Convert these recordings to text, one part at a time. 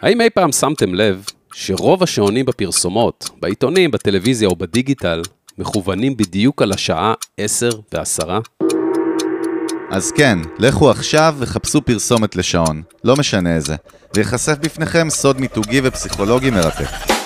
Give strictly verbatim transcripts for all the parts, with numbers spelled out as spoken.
האם אי פעם שמתם לב שרוב השעונים בפרסומות, בעיתונים, בטלוויזיה או בדיגיטל, מכוונים בדיוק על השעה עשר ועשרה? אז כן, לכו עכשיו וחפשו פרסומת לשעון, לא משנה איזה, ויחשף בפניכם סוד מיתוגי ופסיכולוגי מרתק.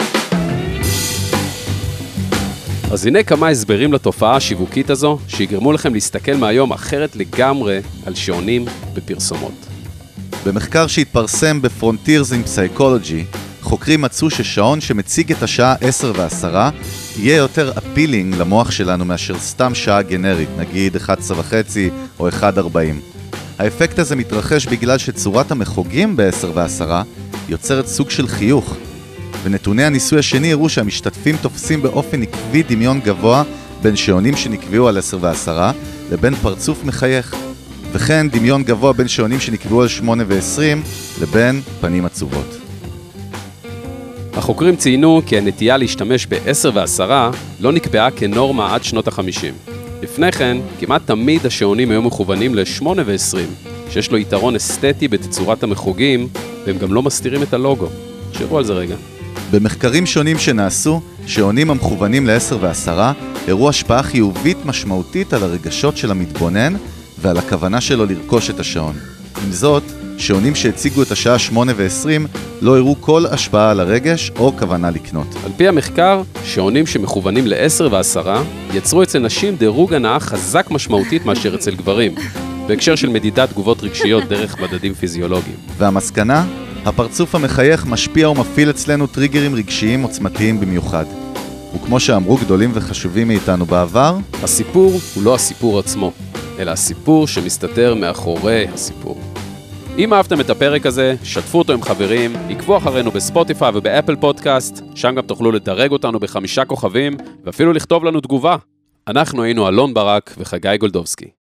אז הנה כמה הסברים לתופעה השיווקית הזו, שיגרמו לכם להסתכל מהיום אחרת לגמרי על שעונים בפרסומות. במחקר שהתפרסם בפרונטירס אין פסיכולוגי, חוקרים מצאו ששעון שמציג את השעה עשר ועשרה יהיה יותר אפילינג למוח שלנו מאשר סתם שעה גנרית, נגיד אחת עשרה וחצי או אחת ארבעים. האפקט הזה מתרחש בגלל שצורת המחוגים ב-עשר ועשרה יוצרת סוג של חיוך, ונתוני הניסוי השני הראו שהמשתתפים תופסים באופן עקבי דמיון גבוה בין שעונים שנקבעו על עשר ועשרה לבין פרצוף מחייך, וכן דמיון גבוה בין שעונים שנקבעו על שמונה ועשרים לבין פנים עצובות. החוקרים ציינו כי הנטייה להשתמש ב-עשר ועשרה לא נקבעה כנורמה עד שנות ה-חמישים. לפני כן, כמעט תמיד השעונים היו מכוונים ל-שמונה ועשרים, שיש לו יתרון אסתטי בתצורת המחוגים, והם גם לא מסתירים את הלוגו. תחשבו על זה רגע. במחקרים שונים שנעשו, שעונים המכוונים ל-עשר ועשרה הראו השפעה חיובית משמעותית על הרגשות של המתבונן ועל הכוונה שלו לרכוש את השעון. עם זאת, שעונים שהציגו את השעה שמונה ועשרים לא הראו כל השפעה על הרגש או כוונה לקנות. על פי המחקר, שעונים שמכוונים ל-עשר ועשרה יצרו אצל נשים דירוג הנאה חזק משמעותית מאשר אצל גברים, בהקשר של מדידת תגובות רגשיות דרך מדדים פיזיולוגיים. והמסקנה? הפרצוף המחייך משפיע ומפעיל אצלנו טריגרים רגשיים עוצמתיים במיוחד. וכמו שאמרו גדולים וחשובים מאיתנו בעבר, הסיפור הוא לא הסיפור עצמו, אלא הסיפור שמסתתר מאחורי הסיפור. אם אהבתם את הפרק הזה, שתפו אותו עם חברים, עקבו אחרינו בספוטיפיי ובאפל פודקאסט, שם גם תוכלו לדרג אותנו בחמישה כוכבים, ואפילו לכתוב לנו תגובה. אנחנו היינו אלון ברק וחגי גולדובסקי.